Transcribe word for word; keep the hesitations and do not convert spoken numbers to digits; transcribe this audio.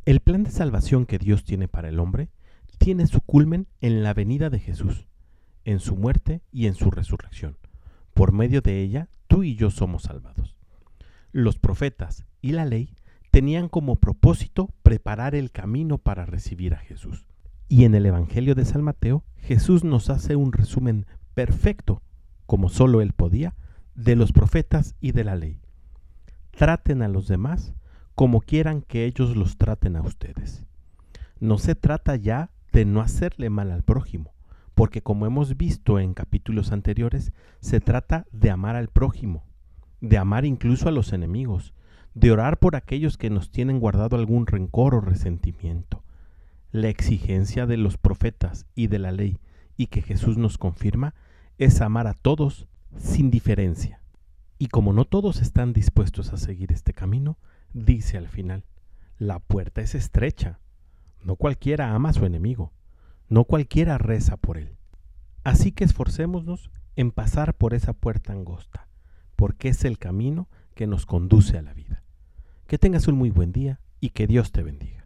El plan de salvación que Dios tiene para el hombre tiene su culmen en la venida de Jesús, en su muerte y en su resurrección. Por medio de ella, tú y yo somos salvados. Los profetas y la ley tenían como propósito preparar el camino para recibir a Jesús. Y en el Evangelio de San Mateo, Jesús nos hace un resumen perfecto, como solo él podía, de los profetas y de la ley. Traten a los demás como quieran que ellos los traten a ustedes. No se trata ya de no hacerle mal al prójimo, porque como hemos visto en capítulos anteriores, se trata de amar al prójimo, de amar incluso a los enemigos, de orar por aquellos que nos tienen guardado algún rencor o resentimiento. La exigencia de los profetas y de la ley, y que Jesús nos confirma, es amar a todos sin diferencia. Y como no todos están dispuestos a seguir este camino, dice al final, la puerta es estrecha. No cualquiera ama a su enemigo, no cualquiera reza por él. Así que esforcémonos en pasar por esa puerta angosta, porque es el camino que nos conduce a la vida. Que tengas un muy buen día y que Dios te bendiga.